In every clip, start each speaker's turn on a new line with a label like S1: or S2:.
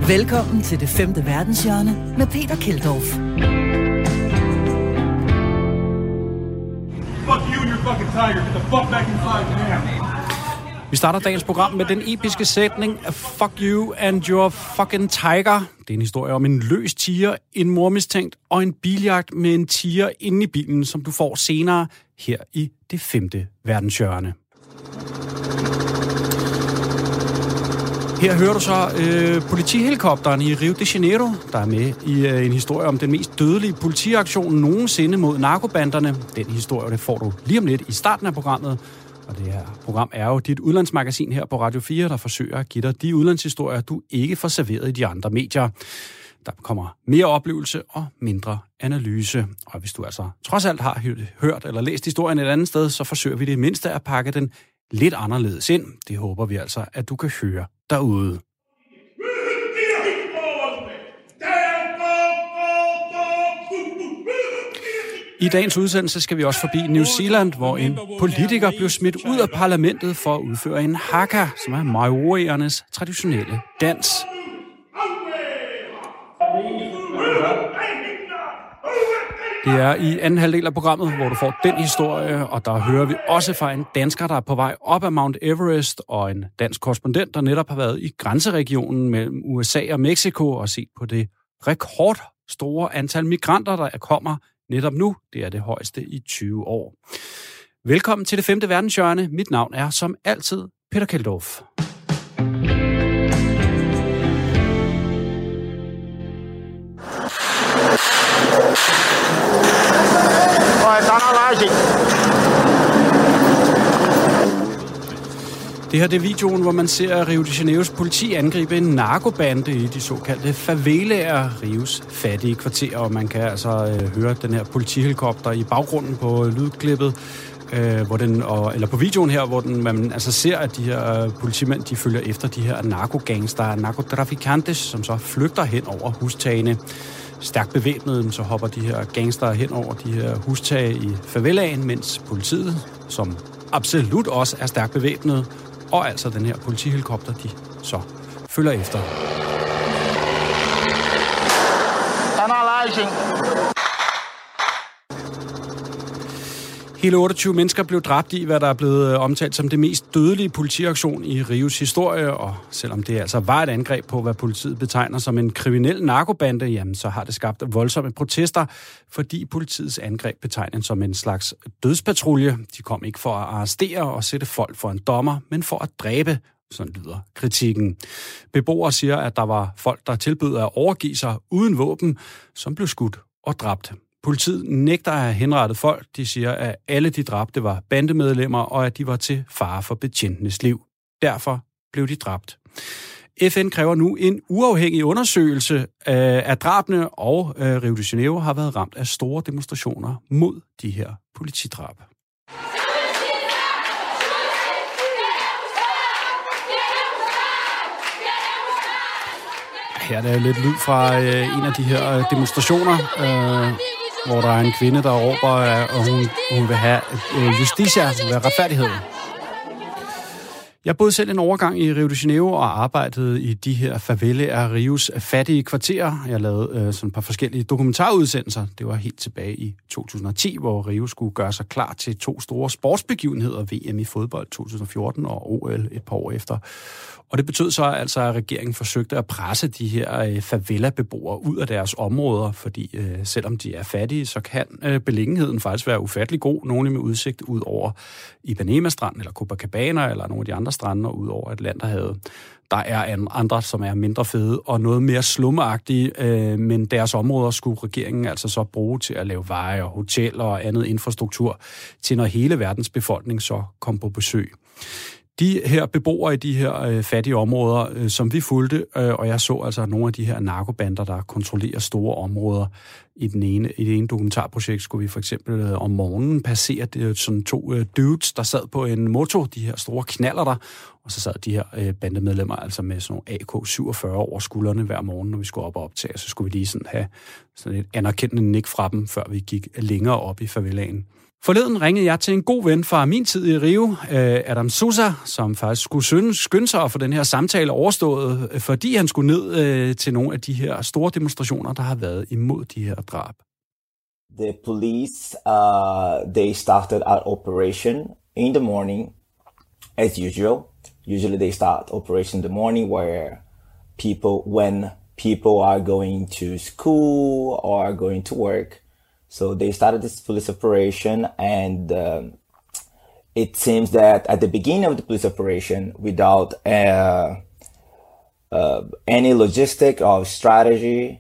S1: Velkommen til Det Femte Verdenshjørne med Peter Keldorf.
S2: Fuck you and your fucking tiger. Get the fuck back inside now.
S3: Vi starter dagens program med den episke sætning Fuck you and your fucking tiger. Det er en historie om en løs tiger, en mormistænkt og en biljagt med en tiger inde i bilen, som du får senere her i Det Femte Verdenshjørne. Her hører du så politihelikopteren i Rio de Janeiro, der er med i en historie om den mest dødelige politiaktion nogensinde mod narkobanderne. Den historie, det får du lige om lidt i starten af programmet. Og det her program er jo dit udlandsmagasin her på Radio 4, der forsøger at give dig de udlandshistorier, du ikke får serveret i de andre medier. Der kommer mere oplevelse og mindre analyse. Og hvis du altså trods alt har hørt eller læst historien et andet sted, så forsøger vi det mindste at pakke den lidt anderledes ind. Det håber vi altså, at du kan høre derude. I dagens udsendelse skal vi også forbi New Zealand, hvor en politiker blev smidt ud af parlamentet for at udføre en haka, som er maoriernes traditionelle dans. Det er i anden halvdel af programmet, hvor du får den historie, og der hører vi også fra en dansker, der er på vej op ad Mount Everest, og en dansk korrespondent, der netop har været i grænseregionen mellem USA og Mexico og set på det rekordstore antal migranter, der kommer netop nu. Det er det højeste i 20 år. Velkommen til Det Femte Verdenshjørne. Mit navn er som altid Peter Keldorf. Det her det er videoen, hvor man ser Rio de Janeiros politi angribe en narkobande i de såkaldte favelaer, Rios fattige kvarterer, og man kan altså høre den her politihelikopter i baggrunden på lydklippet, eller på videoen her, hvor man altså ser, at de her politimænd, de følger efter de her narkogangster, narkotrafikantes, som så flygter hen over hustagene. Stærkt bevæbnede, så hopper de her gangster hen over de her hustage i favelaen, mens politiet, som absolut også er stærkt bevæbnet, og altså den her politihelikopter, de så følger efter. Analyzing. Hele 28 mennesker blev dræbt i, hvad der er blevet omtalt som det mest dødelige politiaktion i Rios historie, og selvom det altså var et angreb på, hvad politiet betegner som en kriminel narkobande, jamen så har det skabt voldsomme protester, fordi politiets angreb betegnes som en slags dødspatrulje. De kom ikke for at arrestere og sætte folk for en dommer, men for at dræbe. Sådan lyder kritikken. Beboere siger, at der var folk, der tilbød at overgive sig uden våben, som blev skudt og dræbt. Politiet nægter at have henrettet folk. De siger, at alle de dræbte var bandemedlemmer, og at de var til fare for betjentenes liv. Derfor blev de dræbt. FN kræver nu en uafhængig undersøgelse af drabene, og Rio de Janeiro har været ramt af store demonstrationer mod de her politidrab. Her er der lidt lyd fra en af de her demonstrationer, hvor der er en kvinde, der råber, at hun vil have justicia, vil retfærdighed. Jeg boede selv en overgang i Rio de Janeiro og arbejdede i de her favelaer af Rios fattige kvarterer. Jeg lavede sådan et par forskellige dokumentarudsendelser. Det var helt tilbage i 2010, hvor Rio skulle gøre sig klar til 2 store sportsbegivenheder, VM i fodbold 2014 og OL et par år efter. Og det betød så altså, at regeringen forsøgte at presse de her favela-beboere ud af deres områder, fordi selvom de er fattige, så kan beliggenheden faktisk være ufattelig god, nogle med udsigt ud over Ipanema-stranden eller Copacabana eller nogle af de andre strande ud over Atlanterhavet. Der er andre, som er mindre fede og noget mere slumagtige, men deres områder skulle regeringen altså så bruge til at lave veje og hoteller og andet infrastruktur til, når hele verdens befolkning så kom på besøg. De her beboere i de her fattige områder, som vi fulgte, og jeg så altså nogle af de her narkobander, der kontrollerer store områder. I det ene dokumentarprojekt skulle vi for eksempel om morgenen passere sådan 2 dudes, der sad på en moto, de her store knallerter, og så sad de her bandemedlemmer altså med sådan nogle AK-47 over skuldrene hver morgen, når vi skulle op og optage. Så skulle vi lige sådan have sådan et anerkendende nik fra dem, før vi gik længere op i favelaen. Forleden ringede jeg til en god ven fra min tid i Rio, Adam Sousa, som faktisk skulle skynde sig at få den her samtale overstået, fordi han skulle ned til nogle af de her store demonstrationer, der har været imod de her drab.
S4: The police, they started an operation in the morning, as usual. Usually they start operation in the morning when people are going to school or are going to work. So they started this police operation, and it seems that at the beginning of the police operation, without any logistic or strategy,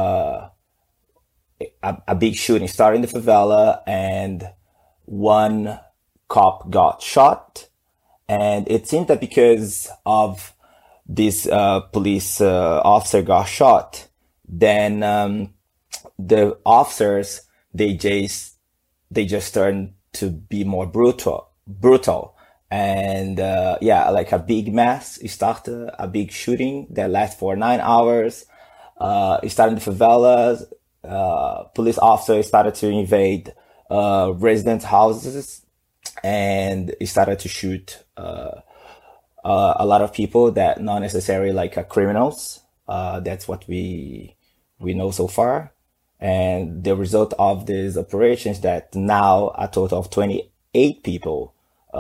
S4: a big shooting started in the favela, and one cop got shot. And it seemed that because of this police officer got shot, then the officers, they just turned to be more brutal. And like a big mass, it started a big shooting that lasted for 9 hours. It started in the favelas. Police officers started to invade residents' houses, and it started to shoot a lot of people that not necessarily like criminals. That's what we know so far. And the result of these operations that now a total of 28 people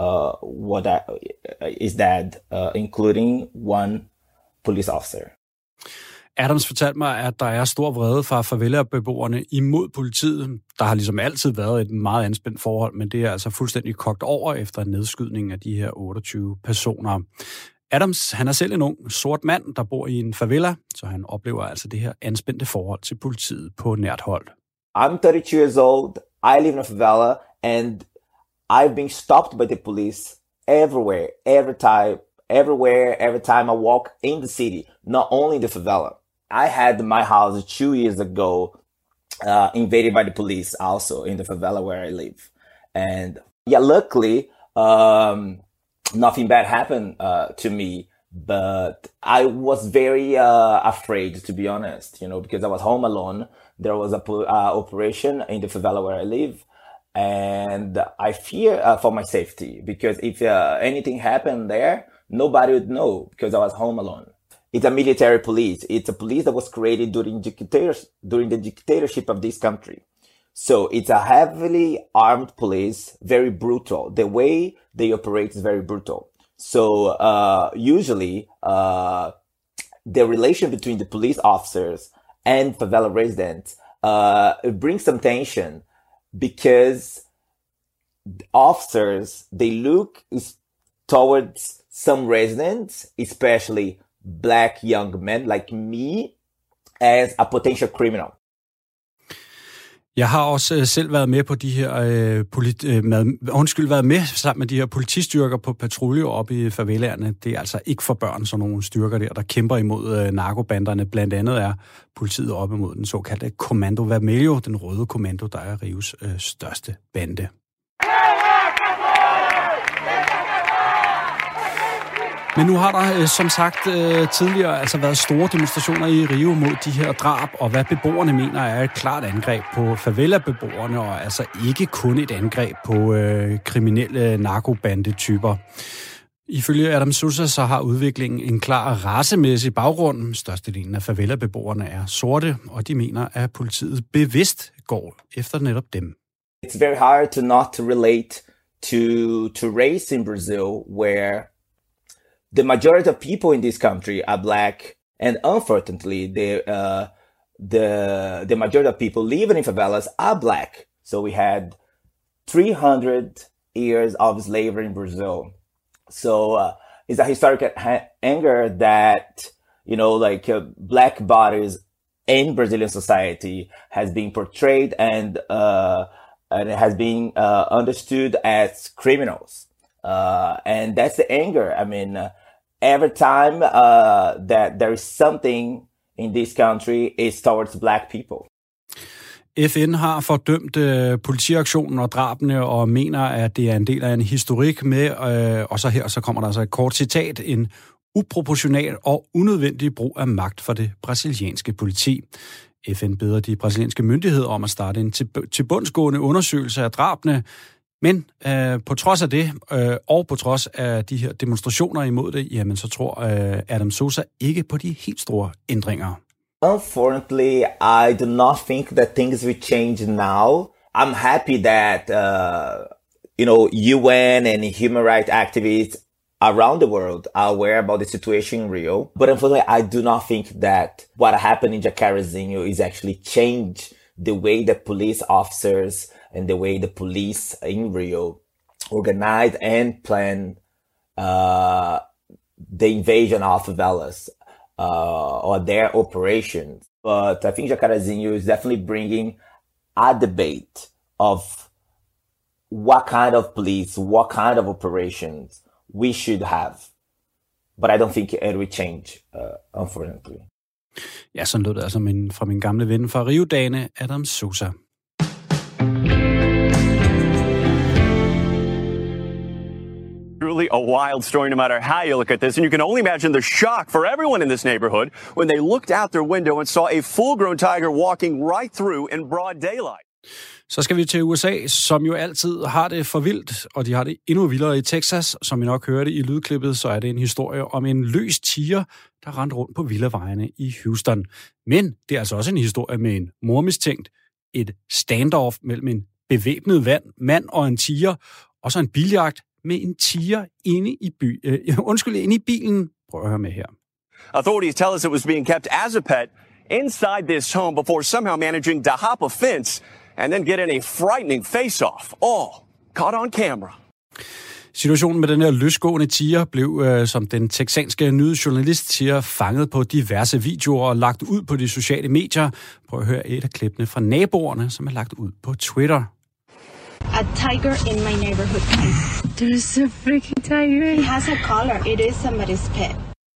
S4: is dead, including one police officer.
S3: Adams fortalte mig, at der er stor vrede fra favela-beboerne imod politiet. Der har ligesom altid været et meget anspændt forhold, men det er altså fuldstændig kogt over efter nedskydningen af de her 28 personer. Adams, han er selv en ung sort mand, der bor i en favela, så han oplever altså det her anspændte forhold til politiet på nært hold.
S4: I'm 32 years old, I live in a favela, and I've been stopped by the police everywhere, every time I walk in the city, not only in the favela. I had my house 2 years ago invaded by the police also in the favela where I live. And luckily, nothing bad happened to me, but I was very afraid, to be honest, because I was home alone. There was a operation in the favela where I live, and I fear for my safety, because if anything happened there, nobody would know, because I was home alone. It's a military police. It's a police that was created during the dictatorship of this country. So it's a heavily armed police, very brutal. The way they operate is very brutal. So usually the relation between the police officers and favela residents it brings some tension, because officers, they look towards some residents, especially black young men like me, as a potential criminal.
S3: Jeg har også selv været med på de her været med sammen med de her politistyrker på patruljer oppe i favelaerne. Det er altså ikke for børn, sådan nogle styrker der kæmper imod narkobanderne. Blandt andet er politiet oppe mod den såkaldte Comando Vermelho, den røde kommando, der er Rios største bande. Men nu har der som sagt tidligere altså været store demonstrationer i Rio mod de her drab, og hvad beboerne mener er et klart angreb på favela-beboerne, og altså ikke kun et angreb på kriminelle narkobandetyper. Ifølge Adam Sousa så har udviklingen en klar racemæssig baggrund. Størstedelen af favela-beboerne er sorte, og de mener, at politiet bevidst går efter netop dem.
S4: It's very hard to not relate to race in Brazil, where the majority of people in this country are black, and unfortunately, the majority of people living in favelas are black. So we had 300 years of slavery in Brazil. So it's a historical anger that, black bodies in Brazilian society has been portrayed and it has been understood as criminals. And that's the anger. I mean, every time that there is something in this country, it's towards black people.
S3: FN har fordømt politiaktionen og drabene og mener, at det er en del af en historik med, og så kommer der altså et kort citat, en uproportional og unødvendig brug af magt for det brasilianske politi. FN beder de brasilianske myndigheder om at starte en tilbundsgående undersøgelse af drabene, men på trods af det, og på trods af de her demonstrationer imod det, jamen så tror Adam Souza ikke på de helt store ændringer.
S4: Unfortunately, I do not think that things will change now. I'm happy that, UN and human rights activists around the world are aware about the situation in Rio. But unfortunately, I do not think that what happened in Jacarezinho is actually change the way that police officers and the way the police in Rio organize and plan the invasion of favelas or their operations. But I think Jacarezinho is definitely bringing a debate of what kind of police, what kind of operations we should have. But I don't think it will change, unfortunately.
S3: Ja, sådan lød det altså fra min gamle ven fra Rio-dagene, Adam Souza.
S5: Truly a wild story no matter how you look at this, and you can only imagine the shock for everyone in this neighborhood when they looked out their window and saw a full-grown tiger walking right through in broad daylight.
S3: Så skal vi til USA, som jo altid har det for vildt, og de har det endnu vildere i Texas. Som I nok hørte i lydklippet, så er det en historie om en løs tiger, der rendte rundt på villavejene i Houston. Men det er altså også en historie med en mordmistænkt, et standoff mellem en bevæbnet mand og en tiger, og så en biljagt med en tiger inde i bilen. Prøv at høre med her.
S5: Authorities tell us it was being kept as a pet inside this home before somehow managing to hop a fence and then get in a frightening face-off, all caught on camera.
S3: Situationen med den her løsgående tiger blev, som den texanske nyhedsjournalist siger, fanget på diverse videoer og lagt ud på de sociale medier. Prøv at høre et af klippene fra naboerne, som er lagt ud på Twitter.
S6: A tiger in my neighborhood.
S7: There's a freaking tiger.
S6: It has a collar. It is somebody's pet.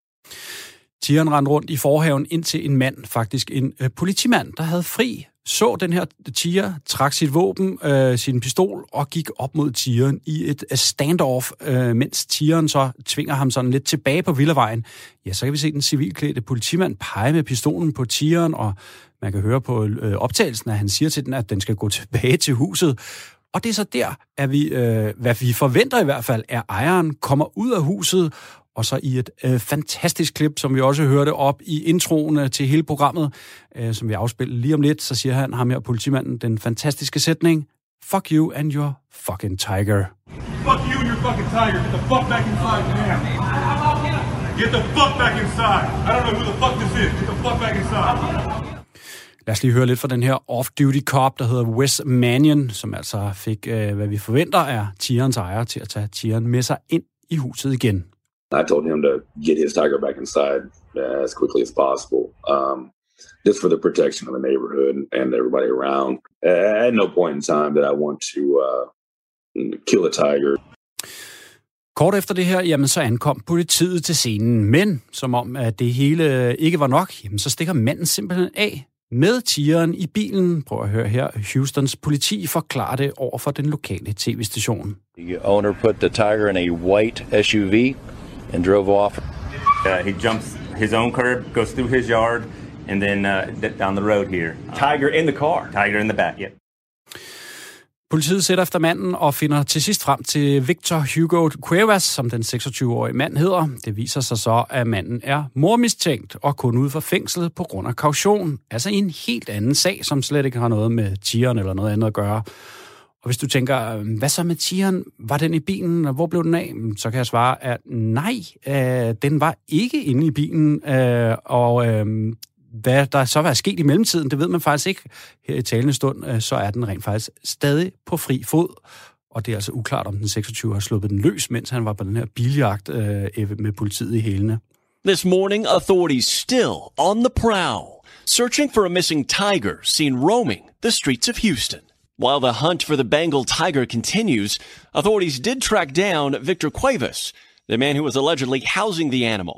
S3: Tigeren rendte rundt i forhaven indtil en mand, faktisk en politimand, der havde fri, så den her tiger, trak sit våben, sin pistol og gik op mod tigeren i et standoff, mens tigeren så tvinger ham sådan lidt tilbage på villavejen. Ja, så kan vi se den civilklædte politimand pege med pistolen på tigeren, og man kan høre på optagelsen, at han siger til den, at den skal gå tilbage til huset. Og det er så der, at vi, hvad vi forventer i hvert fald, er ejeren kommer ud af huset, og så i et fantastisk klip, som vi også hørte op i introen til hele programmet, som vi afspiller lige om lidt, så siger han, ham her politimanden, den fantastiske sætning, "Fuck you and your fucking tiger."
S2: Fuck you and your fucking tiger. Get the fuck back inside now. Get the fuck back inside. I don't know who the fuck this is. Get the fuck back inside.
S3: Lad os lige høre lidt fra den her off-duty cop, der hedder Wes Mannion, som altså fik, hvad vi forventer, er tigerens ejer til at tage tigeren med sig ind i huset igen.
S8: I told him to get his tiger back inside as quickly as possible, just for the protection of the neighborhood and everybody around. At no point in time did I want to kill a tiger.
S3: Kort efter det her, jamen, så ankom politiet til scenen, men som om at det hele ikke var nok, jamen, så stikker manden simpelthen af med tigeren i bilen. Prøv at høre her. Houstons politi forklarer det over for den lokale tv-station.
S9: The owner put the tiger in a white SUV and drove off.
S10: He jumps his own curb, goes through his yard, and then down the road here.
S5: Tiger in the car.
S10: Tiger in the back, yep.
S3: Politiet sætter efter manden og finder til sidst frem til Victor Hugo Cuevas, som den 26-årige mand hedder. Det viser sig så, at manden er mordmistænkt og kun ude for fængslet på grund af kaution. Altså en helt anden sag, som slet ikke har noget med tigeren eller noget andet at gøre. Og hvis du tænker, hvad så med tigeren? Var den i bilen, og hvor blev den af? Så kan jeg svare, at nej, den var ikke inde i bilen, hvad der så var sket i mellemtiden, det ved man faktisk ikke. Her i talende stund, så er den rent faktisk stadig på fri fod. Og det er altså uklart, om den 26 har sluppet den løs, mens han var på den her biljagt med politiet i hælene.
S11: This morning, authorities still on the prowl, searching for a missing tiger seen roaming the streets of Houston. While the hunt for the Bengal tiger continues, authorities did track down Victor Cuevas, the man who was allegedly housing the animal.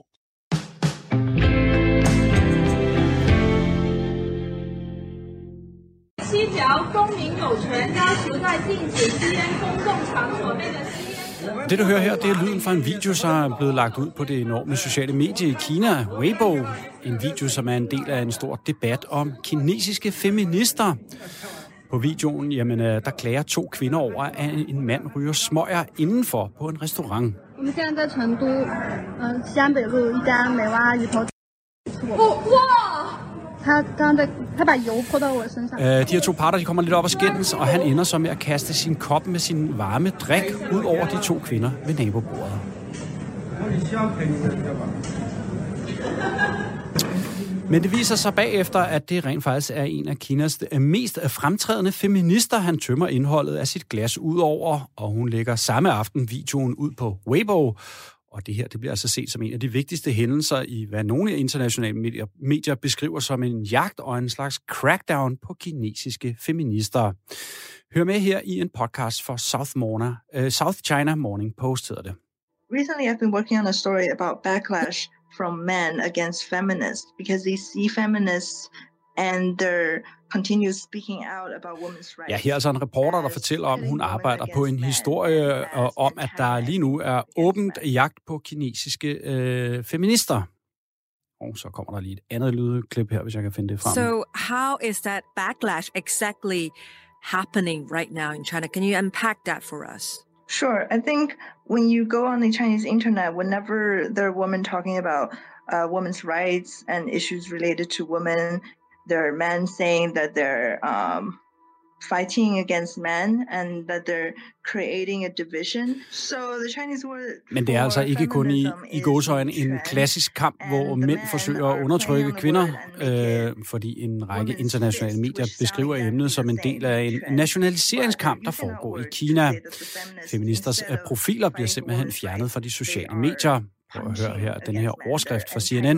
S3: Det, du hører her, det er lyden fra en video, som er blevet lagt ud på det enorme sociale medie i Kina, Weibo. En video, som er en del af en stor debat om kinesiske feminister. På videoen, jamen, der klager 2 kvinder over, at en mand ryger smøger indenfor på en restaurant. De her 2 parter, de kommer lidt op og skændes, og han ender så med at kaste sin kop med sin varme drik ud over de 2 kvinder ved nabobordet. Men det viser sig bagefter, at det rent faktisk er en af Kinas mest fremtrædende feminister, han tømmer indholdet af sit glas ud over, og hun lægger samme aften videoen ud på Weibo. Og det her, det bliver altså set som en af de vigtigste hændelser i, hvad nogle internationale medier beskriver som en jagt og en slags crackdown på kinesiske feminister. Hør med her i en podcast for South China Morning Post, hedder det.
S12: Recently, I've been working on a story about backlash from men against feminists because they see feminists and their continues speaking out about women's rights.
S3: Ja, her er altså en reporter, der fortæller om, hun arbejder på en historie om, at der lige nu er åbent jagt på kinesiske feminister. Og så kommer der lige et andet lydklip her, hvis jeg kan finde det frem.
S13: So how is that backlash exactly happening right now in China? Can you unpack that for us?
S12: Sure. I think when you go on the Chinese internet, whenever there are women talking about women's rights and issues related to women, there are men saying that they're fighting against men and that they're creating a division. So the Chinese word. Men
S3: det er altså ikke kun i gåseøjne en klassisk kamp, hvor mænd forsøger at undertrykke kvinder, fordi en række internationale medier beskriver emnet som en del af en nationaliseringskamp, der foregår i Kina. Feministers profiler bliver simpelthen fjernet fra de sociale medier. Prøv at høre her den her overskrift fra CNN.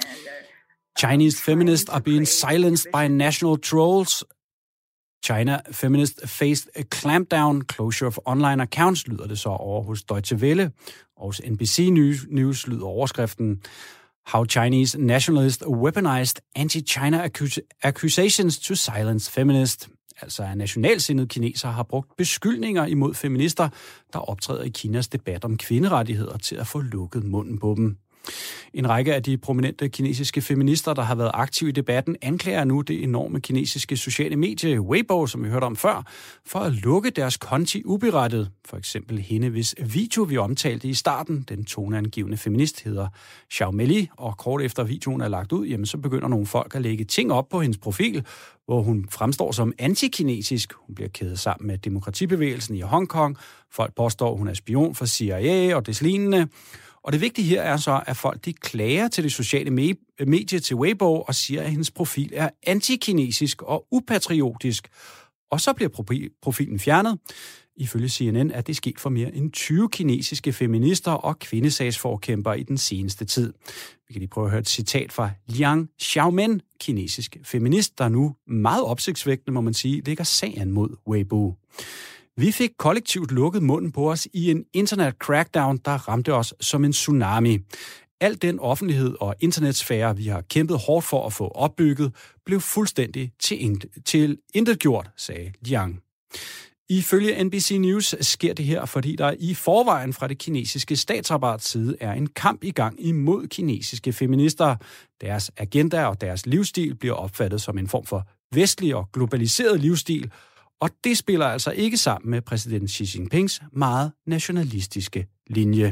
S3: Chinese feminists are being silenced by national trolls. China feminists faced a clampdown, closure of online accounts, lyder det så over hos Deutsche Welle. Og hos NBC News lyder overskriften How Chinese nationalists weaponized anti-China accusations to silence feminists. Altså at nationalsindede kinesere har brugt beskyldninger imod feminister, der optræder i Kinas debat om kvinderettigheder til at få lukket munden på dem. En række af de prominente kinesiske feminister, der har været aktive i debatten, anklager nu det enorme kinesiske sociale medie Weibo, som vi hørte om før, for at lukke deres konti uberettet. For eksempel hende, hvis video vi omtalte i starten, den toneangivende feminist hedder Xiaomeli, og kort efter videoen er lagt ud, jamen så begynder nogle folk at lægge ting op på hendes profil, hvor hun fremstår som antikinesisk. Hun bliver kædet sammen med demokratibevægelsen i Hongkong. Folk påstår, hun er spion for CIA og deslignende. Og det vigtige her er så, at folk de klager til det sociale medie til Weibo og siger, at hendes profil er antikinesisk og upatriotisk. Og så bliver profilen fjernet. Ifølge CNN er det sket for mere end 20 kinesiske feminister og kvindesagsforkæmpere i den seneste tid. Vi kan lige prøve at høre et citat fra Liang Xiaomen, kinesisk feminist, der nu meget opsigtsvækkende, må man sige, lægger sagen mod Weibo. Vi fik kollektivt lukket munden på os i en internet-crackdown, der ramte os som en tsunami. Al den offentlighed og internetsfære, vi har kæmpet hårdt for at få opbygget, blev fuldstændig til intetgjort, sagde Liang. Ifølge NBC News sker det her, fordi der i forvejen fra det kinesiske statsapparats side er en kamp i gang imod kinesiske feminister. Deres agenda og deres livsstil bliver opfattet som en form for vestlig og globaliseret livsstil, og det spiller altså ikke sammen med præsident Xi Jinpings meget nationalistiske linje.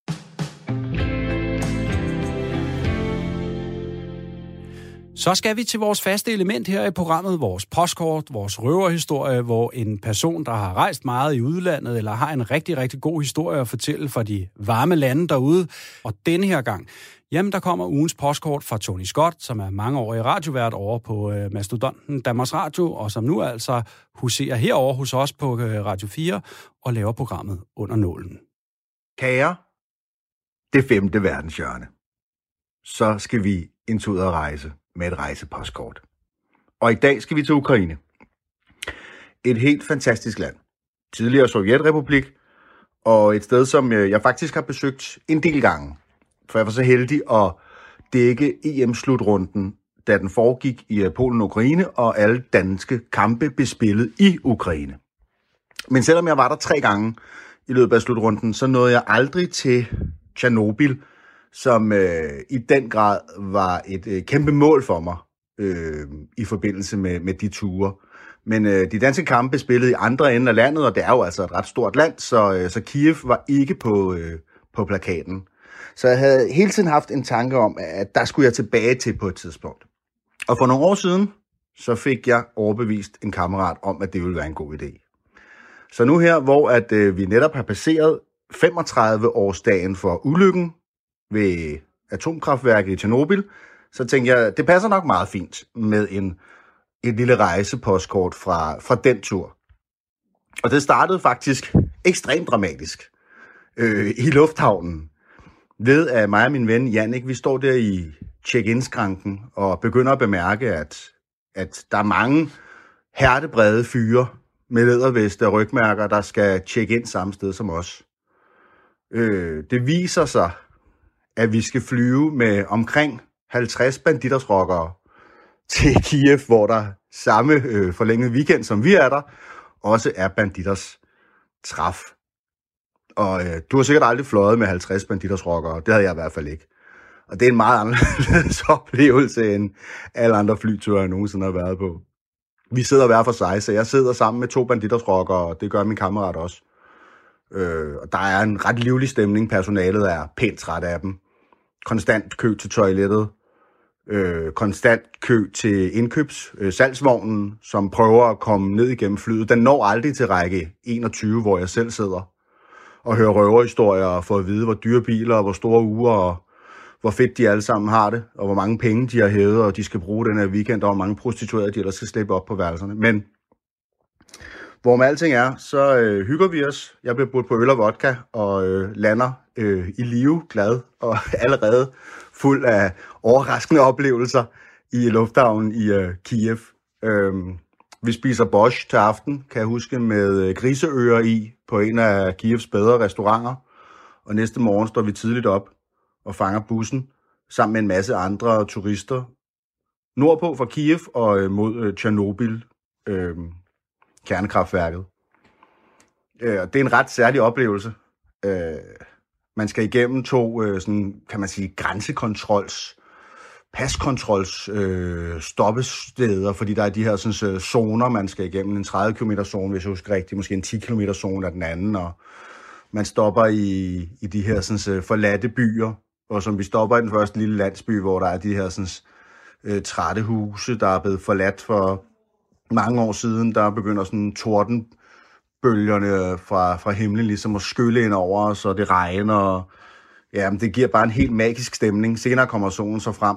S3: Så skal vi til vores faste element her i programmet, vores postkort, vores røverhistorie, hvor en person, der har rejst meget i udlandet, eller har en rigtig, rigtig god historie at fortælle fra de varme lande derude. Og denne her gang, jamen der kommer ugens postkort fra Tony Scott, som er mangeårig radiovært over på Mastodonten Danmarks Radio, og som nu altså huserer herovre hos os på Radio 4 og laver programmet Under Nålen.
S14: Kære, det 5. verdenshjørne. Så skal vi en tur ud at rejse med et rejsepostkort. Og i dag skal vi til Ukraine. Et helt fantastisk land. Tidligere Sovjetrepublik, og et sted, som jeg faktisk har besøgt en del gange. For jeg var så heldig at dække EM-slutrunden, da den foregik i Polen og Ukraine, og alle danske kampe blev spillet i Ukraine. Men selvom jeg var der 3 gange i løbet af slutrunden, så nåede jeg aldrig til Tjernobyl, som i den grad var et kæmpe mål for mig i forbindelse med de ture. Men de danske kampe spillede i andre ender af landet, og det er jo altså et ret stort land, så Kiev var ikke på plakaten. Så jeg havde hele tiden haft en tanke om, at der skulle jeg tilbage til på et tidspunkt. Og for nogle år siden, så fik jeg overbevist en kammerat om, at det ville være en god idé. Så nu her, hvor at vi netop har passeret 35-årsdagen for ulykken ved atomkraftværket i Tjernobyl, så tænkte jeg, det passer nok meget fint med et lille rejsepostkort fra den tur. Og det startede faktisk ekstremt dramatisk i lufthavnen. Ved at mig og min ven Jannik, vi står der i check-in-skranken og begynder at bemærke, at der er mange hærdebrede fyre med læderveste og rygmærker, der skal tjekke ind samme sted som os. Det viser sig, at vi skal flyve med omkring 50 banditersrockere til Kiev, hvor der samme forlængede weekend, som vi er der, også er banditers træf. Og du har sikkert aldrig fløjet med 50 banditersrockere, det havde jeg i hvert fald ikke. Og det er en meget anderledes oplevelse, end alle andre flyture, jeg nogensinde har været på. Vi sidder hver for sig, så jeg sidder sammen med 2 banditersrockere, og det gør min kammerat også. Og der er en ret livlig stemning, personalet er pænt træt af dem. Konstant kø til toilettet. Konstant kø til salgsvognen, som prøver at komme ned igennem flyet. Den når aldrig til række 21, hvor jeg selv sidder og hører røverhistorier og får at vide, hvor dyre biler og hvor store uger og hvor fedt de alle sammen har det, og hvor mange penge de har hævet, og de skal bruge den her weekend, og hvor mange prostituerede de ellers skal slippe op på værelserne. Men hvor med alting er, så hygger vi os. Jeg bliver budt på øl og vodka, og lander i live, glad, og allerede fuld af overraskende oplevelser i lufthavnen i Kiev. Vi spiser borscht til aften, kan jeg huske, med griseører i på en af Kievs bedre restauranter. Og næste morgen står vi tidligt op og fanger bussen sammen med en masse andre turister nordpå fra Kiev og mod Tjernobyl, kernekraftværket. Det er en ret særlig oplevelse. Man skal igennem 2, sådan, kan man sige, paskontrols stoppesteder, fordi der er de her sådan, zoner, man skal igennem. En 30 km zone, hvis jeg husker rigtigt, måske en 10 km zone af den anden, og man stopper i de her sådan, forladte byer, og som vi stopper i den første lille landsby, hvor der er de her sådan, trætte huse, der er blevet forladt for mange år siden. Der begynder sådan tordenbølgerne fra himlen ligesom at skylle ind over os, og det regner, og ja, det giver bare en helt magisk stemning. Senere kommer solen så frem,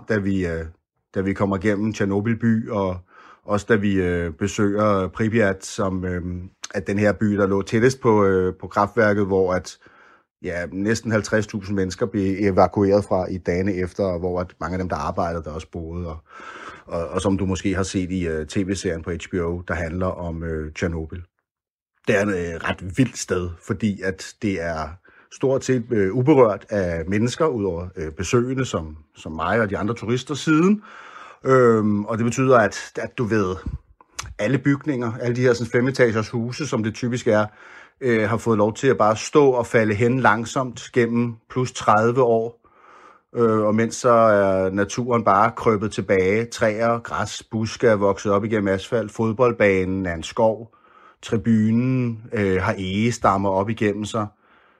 S14: da vi kommer igennem Tjernobyl by, og også da vi besøger Pripyat, som at den her by, der lå tættest på kraftværket, hvor at næsten 50.000 mennesker blev evakueret fra i dagene efter, hvor at mange af dem, der arbejdede, der også boede, og som du måske har set i tv-serien på HBO, der handler om Tjernobyl. Det er et ret vildt sted, fordi at det er stort set uberørt af mennesker, udover besøgende, som mig og de andre turister siden. Og det betyder, at du ved, alle bygninger, alle de her 5-etagers huse, som det typisk er, har fået lov til at bare stå og falde hen langsomt gennem plus 30 år. Og mens så er naturen bare krøbet tilbage. Træer, græs, buske er vokset op igennem asfalt. Fodboldbanen er en skov. Tribunen har egestammer op igennem sig.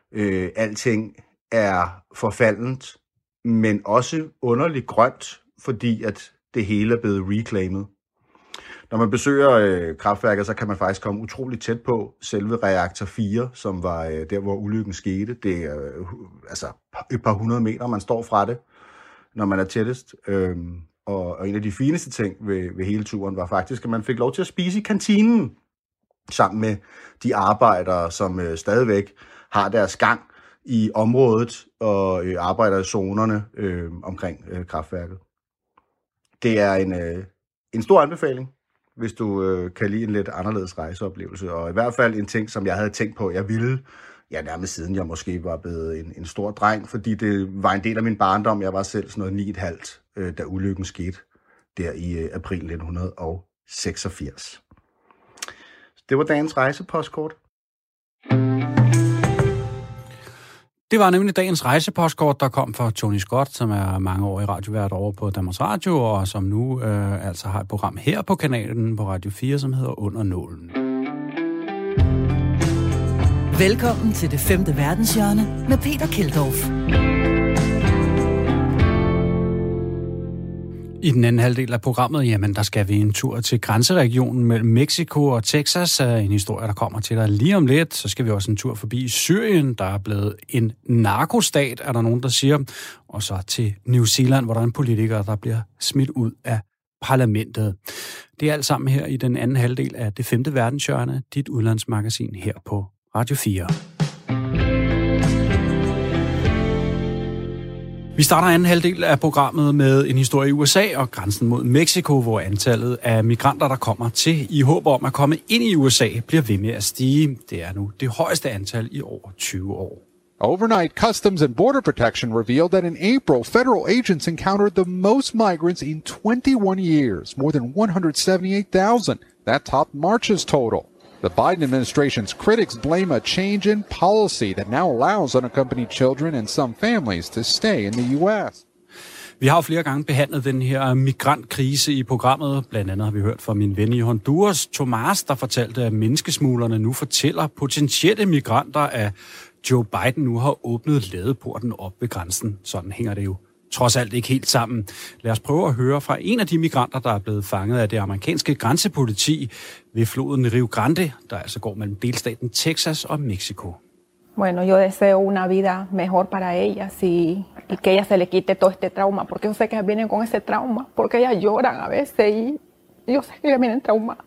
S14: Alting er forfaldent, men også underligt grønt, fordi at det hele er blevet reclaimet. Når man besøger kraftværket, så kan man faktisk komme utroligt tæt på selve reaktor 4, som var der, hvor ulykken skete. Det er altså et par 100 meter, man står fra det, når man er tættest. Og en af de fineste ting ved hele turen var faktisk, at man fik lov til at spise i kantinen sammen med de arbejdere, som stadigvæk har deres gang i området og arbejder i zonerne omkring kraftværket. Det er en stor anbefaling, hvis du kan lide en lidt anderledes rejseoplevelse, og i hvert fald en ting, som jeg havde tænkt på, jeg ville, nærmest siden jeg måske var blevet en stor dreng, fordi det var en del af min barndom. Jeg var selv sådan noget 9,5, da ulykken skete der i april 1986. Det var dagens rejsepostkort.
S3: Det var nemlig dagens rejsepostkort, der kom fra Tony Scott, som er mangeårig radiovært over på Danmarks Radio, og som nu altså har et program her på kanalen på Radio 4, som hedder Under Nålen.
S1: Velkommen til det 5. verdenshjørne med Peter Keldorf.
S3: I den anden halvdel af programmet, jamen, der skal vi en tur til grænseregionen mellem Mexico og Texas. En historie, der kommer til dig lige om lidt. Så skal vi også en tur forbi Syrien, der er blevet en narkostat, er der nogen, der siger. Og så til New Zealand, hvor der er en politiker, der bliver smidt ud af parlamentet. Det er alt sammen her i den anden halvdel af det 5. verdenshjørne, dit udlandsmagasin her på Radio 4. Vi starter anden halvdel af programmet med en historie i USA og grænsen mod Mexico, hvor antallet af migranter, der kommer til i håb om at komme ind i USA, bliver ved med at stige. Det er nu det højeste antal i over 20 år.
S15: Overnight, Customs and Border Protection revealed that in April, federal agents encountered the most migrants in 21 years, more than 178,000. That topped March's total. The Biden administration's critics blame a change in policy that now allows unaccompanied children and some families to stay in the U.S.
S3: Vi har jo flere gange behandlet den her migrantkrise i programmet. Blandt andet har vi hørt fra min ven i Honduras, Tomas, der fortalte, at menneskesmuglerne nu fortæller potentielle migranter, at Joe Biden nu har åbnet ladeporten op ved grænsen. Sådan hænger det jo trods alt ikke helt sammen. Lad os prøve at høre fra en af de migranter, der er blevet fanget af det amerikanske grænsepoliti ved floden Rio Grande, der altså går mellem delstaten Texas og Mexico.
S16: Bueno, yo deseo una vida mejor para ellas y que ella se le quite todo este trauma, porque yo sé que vienen con ese trauma, porque ellas lloran a veces y yo sé que vienen traumadas.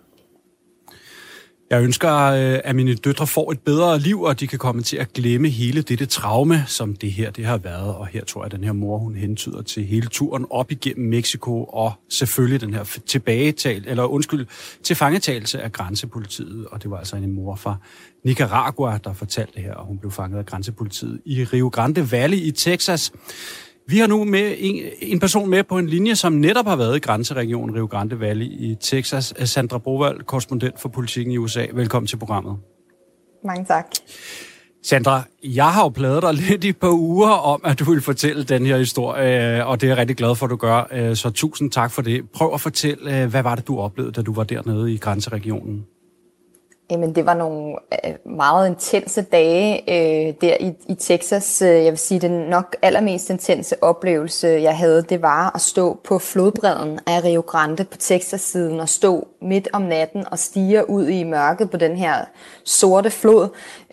S3: Jeg ønsker, at mine døtre får et bedre liv, og de kan komme til at glemme hele dette traume, som det har været. Og her tror jeg, at den her mor, hun hentyder til hele turen op igennem Mexico, og selvfølgelig den her tilfangetagelse af grænsepolitiet. Og det var altså en mor fra Nicaragua, der fortalte det her, og hun blev fanget af grænsepolitiet i Rio Grande Valley i Texas. Vi har nu med en person med på en linje, som netop har været i grænseregionen Rio Grande Valley i Texas. Sandra Brovald, korrespondent for Politikken i USA. Velkommen til programmet.
S17: Mange tak.
S3: Sandra, jeg har jo pladet dig lidt i et par uger om, at du vil fortælle den her historie, og det er jeg rigtig glad for, at du gør. Så tusind tak for det. Prøv at fortælle, hvad var det, du oplevede, da du var dernede i grænseregionen?
S17: Jamen, det var nogle meget intense dage der i Texas. Jeg vil sige, den nok allermest intense oplevelse, jeg havde, det var at stå på flodbredden af Rio Grande på Texas-siden og stå midt om natten og stige ud i mørket på den her sorte flod.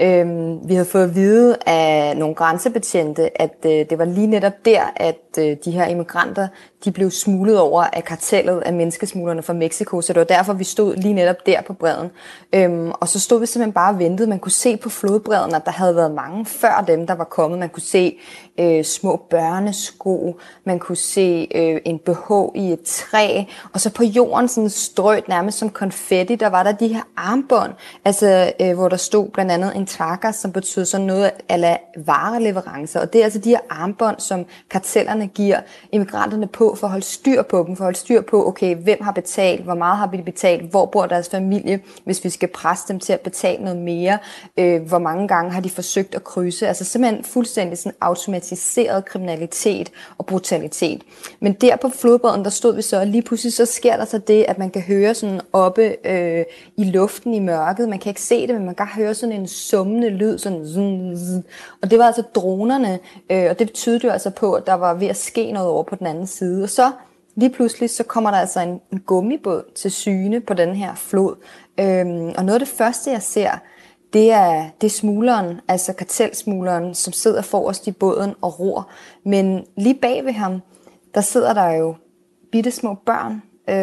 S17: Vi havde fået at vide af nogle grænsebetjente, at det var lige netop der, at de her immigranter, de blev smuglet over af kartellet af menneskesmuglerne fra Mexico, så det var derfor, vi stod lige netop der på bredden. Og så stod vi simpelthen bare og ventede. Man kunne se på flodbredden, at der havde været mange før dem, der var kommet. Man kunne se små børnesko, man kunne se en BH i et træ, og så på jorden sådan strødt nærmest som konfetti, der var der de her armbånd, altså hvor der stod blandt andet en tracker, som betød sådan noget ala vareleverancer, og det er altså de her armbånd, som kartellerne giver immigranterne på, for at holde styr på dem, for at holde styr på, okay, hvem har betalt, hvor meget har de betalt, hvor bor deres familie, hvis vi skal presse dem til at betale noget mere, hvor mange gange har de forsøgt at krydse, altså simpelthen fuldstændig sådan automatiseret kriminalitet og brutalitet. Men der på flodbredden, der stod vi så, og lige pludselig så sker der så det, at man kan høre sådan oppe i luften i mørket, man kan ikke se det, men man kan høre sådan en summende lyd, sådan zzz, og det var altså dronerne, og det betød jo altså på, at der var ved at ske noget over på den anden side, og så lige pludselig så kommer der altså en gummibåd til syne på den her flod, og noget af det første jeg ser, det er smugleren, altså kartelsmugleren, som sidder forrest i båden og ror. Men lige bag ved ham, der sidder der jo bittesmå børn.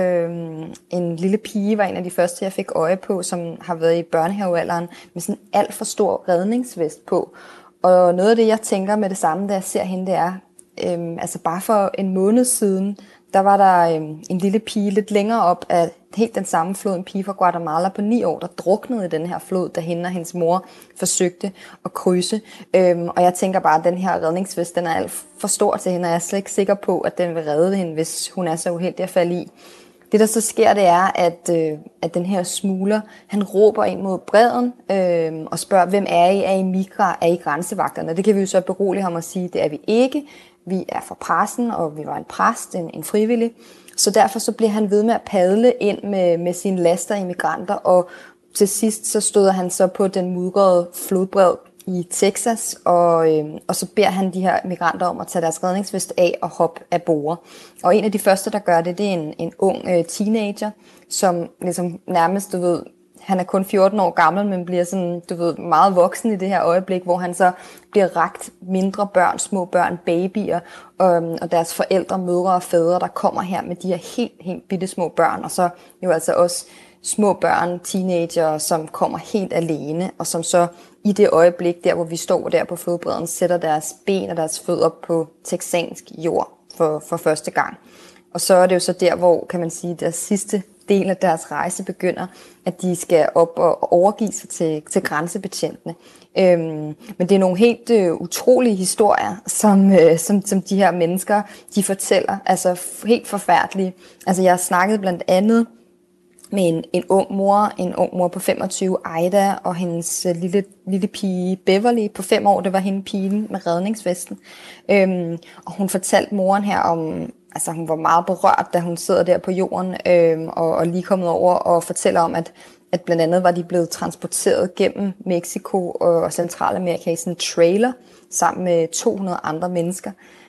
S17: En lille pige var en af de første, jeg fik øje på, som har været i børnehavealderen, med sådan en alt for stor redningsvest på. Og noget af det, jeg tænker med det samme, da jeg ser hende, det er, altså bare for en måned siden, der var der en lille pige lidt længere op af helt den samme flod, en pige fra Guatemala på 9 år, der druknede i den her flod, da hende og hendes mor forsøgte at krydse. Og jeg tænker bare, at den her redningsvest, den er alt for stor til hende, og jeg er slet ikke sikker på, at den vil redde hende, hvis hun er så uheldig at falde i. Det, der så sker, det er, at den her smugler, han råber ind mod bredden og spørger, hvem er I? Er I migra? Er I grænsevagterne? Det kan vi jo så berolige ham og sige, det er vi ikke. Vi er fra pressen, og vi var en præst, en frivillig. Så derfor så bliver han ved med at padle ind med sine laster af migranter, og til sidst så støder han så på den mudrede flodbred i Texas, og så beder han de her migranter om at tage deres redningsvest af og hoppe af bord. Og en af de første, der gør det, det er en ung teenager, som ligesom nærmest, du ved, han er kun 14 år gammel, men bliver sådan, du ved, meget voksen i det her øjeblik, hvor han så bliver rakt mindre børn, små børn, babyer, og deres forældre, mødre og fædre, der kommer her med de her helt bitte små børn, og så jo altså også små børn, teenager, som kommer helt alene, og som så i det øjeblik, der hvor vi står der på flodbredden, sætter deres ben og deres fødder på texansk jord for første gang. Og så er det jo så der, hvor, kan man sige, deres sidste del af deres rejse begynder, at de skal op og overgive sig til grænsebetjentene. Men det er nogle helt utrolige historier, som de her mennesker, de fortæller. Altså helt forfærdelige. Altså jeg har snakket blandt andet med en ung mor på 25, Aida, og hendes lille pige Beverly på 5 år, det var hende pigen med redningsvesten. Og hun fortalte moren her om, altså hun var meget berørt, da hun sidder der på jorden, og lige kommet over og fortæller om, at blandt andet var de blevet transporteret gennem Mexico og Centralamerika i sådan en trailer, sammen med 200 andre mennesker,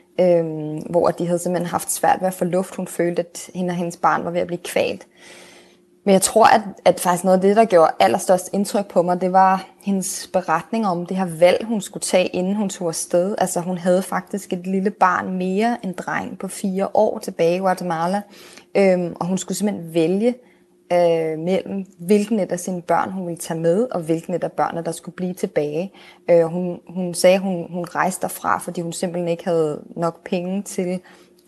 S17: hvor de havde simpelthen haft svært ved at få luft. Hun følte, at hende og hendes barn var ved at blive kvalt. Men jeg tror, at faktisk noget af det, der gjorde allerstørst indtryk på mig, det var hendes beretning om det her valg, hun skulle tage, inden hun tog afsted. Altså hun havde faktisk et lille barn mere, en dreng på 4 år tilbage i Guatemala. Og hun skulle simpelthen vælge mellem, hvilken et af sine børn hun ville tage med, og hvilken et af børnene, der skulle blive tilbage. Hun sagde, at hun rejste derfra, fordi hun simpelthen ikke havde nok penge til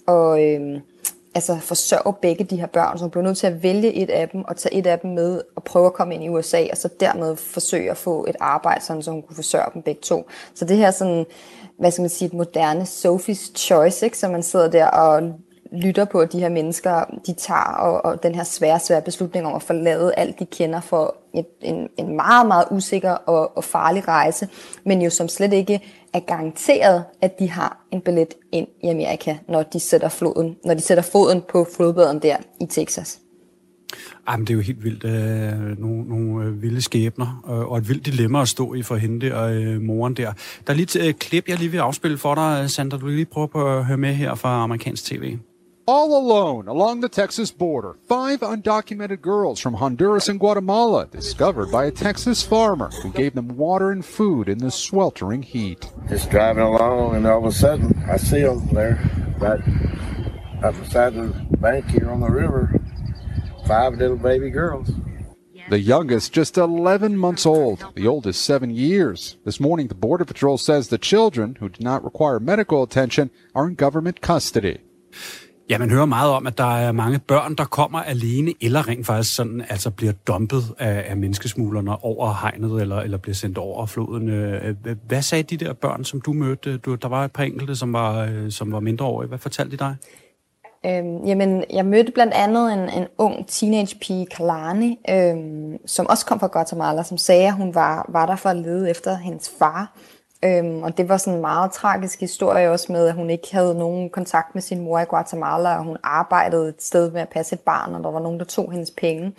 S17: at forsørge begge de her børn, så hun blev nødt til at vælge et af dem, og tage et af dem med, og prøve at komme ind i USA, og så dermed forsøge at få et arbejde, sådan, så hun kunne forsørge dem begge to. Så det her sådan, hvad skal man sige, et moderne Sophie's Choice, ikke? Så man sidder der og lytter på, at de her mennesker, de tager og den her svære beslutning om at forlade alt, de kender for en meget, meget usikker og farlig rejse, men jo som slet ikke er garanteret, at de har en billet ind i Amerika, når de sætter foden på flodbredden der i Texas.
S3: Jamen, det er jo helt vildt. Nogle vilde skæbner, og et vildt dilemma at stå i for hende og moren der. Der er lige et klip, jeg lige vil afspille for dig, Sandra. Du vil lige prøve på at høre med her fra amerikansk tv.
S15: All alone along the Texas border, 5 undocumented girls from Honduras and Guatemala discovered by a Texas farmer who gave them water and food in the sweltering heat.
S18: Just driving along, and all of a sudden, I see them there, right up beside the bank here on the river. 5 little baby girls.
S15: The youngest just 11 months old, the oldest 7 years. This morning, the Border Patrol says the children, who do not require medical attention, are in government custody.
S3: Ja, man hører meget om, at der er mange børn, der kommer alene, eller rent faktisk sådan, altså bliver dumpet af menneskesmuglerne over hegnet, eller bliver sendt over floden. Hvad sagde de der børn, som du mødte? Der var et par enkelte, som var mindreårige. Hvad fortalte de dig?
S17: Jamen, jeg mødte blandt andet en ung teenagepige, Kalani, som også kom fra Guatemala, som sagde, at hun var der for at lede efter hendes far. Og det var sådan en meget tragisk historie også med, at hun ikke havde nogen kontakt med sin mor i Guatemala, og hun arbejdede et sted med at passe et barn, og der var nogen, der tog hendes penge.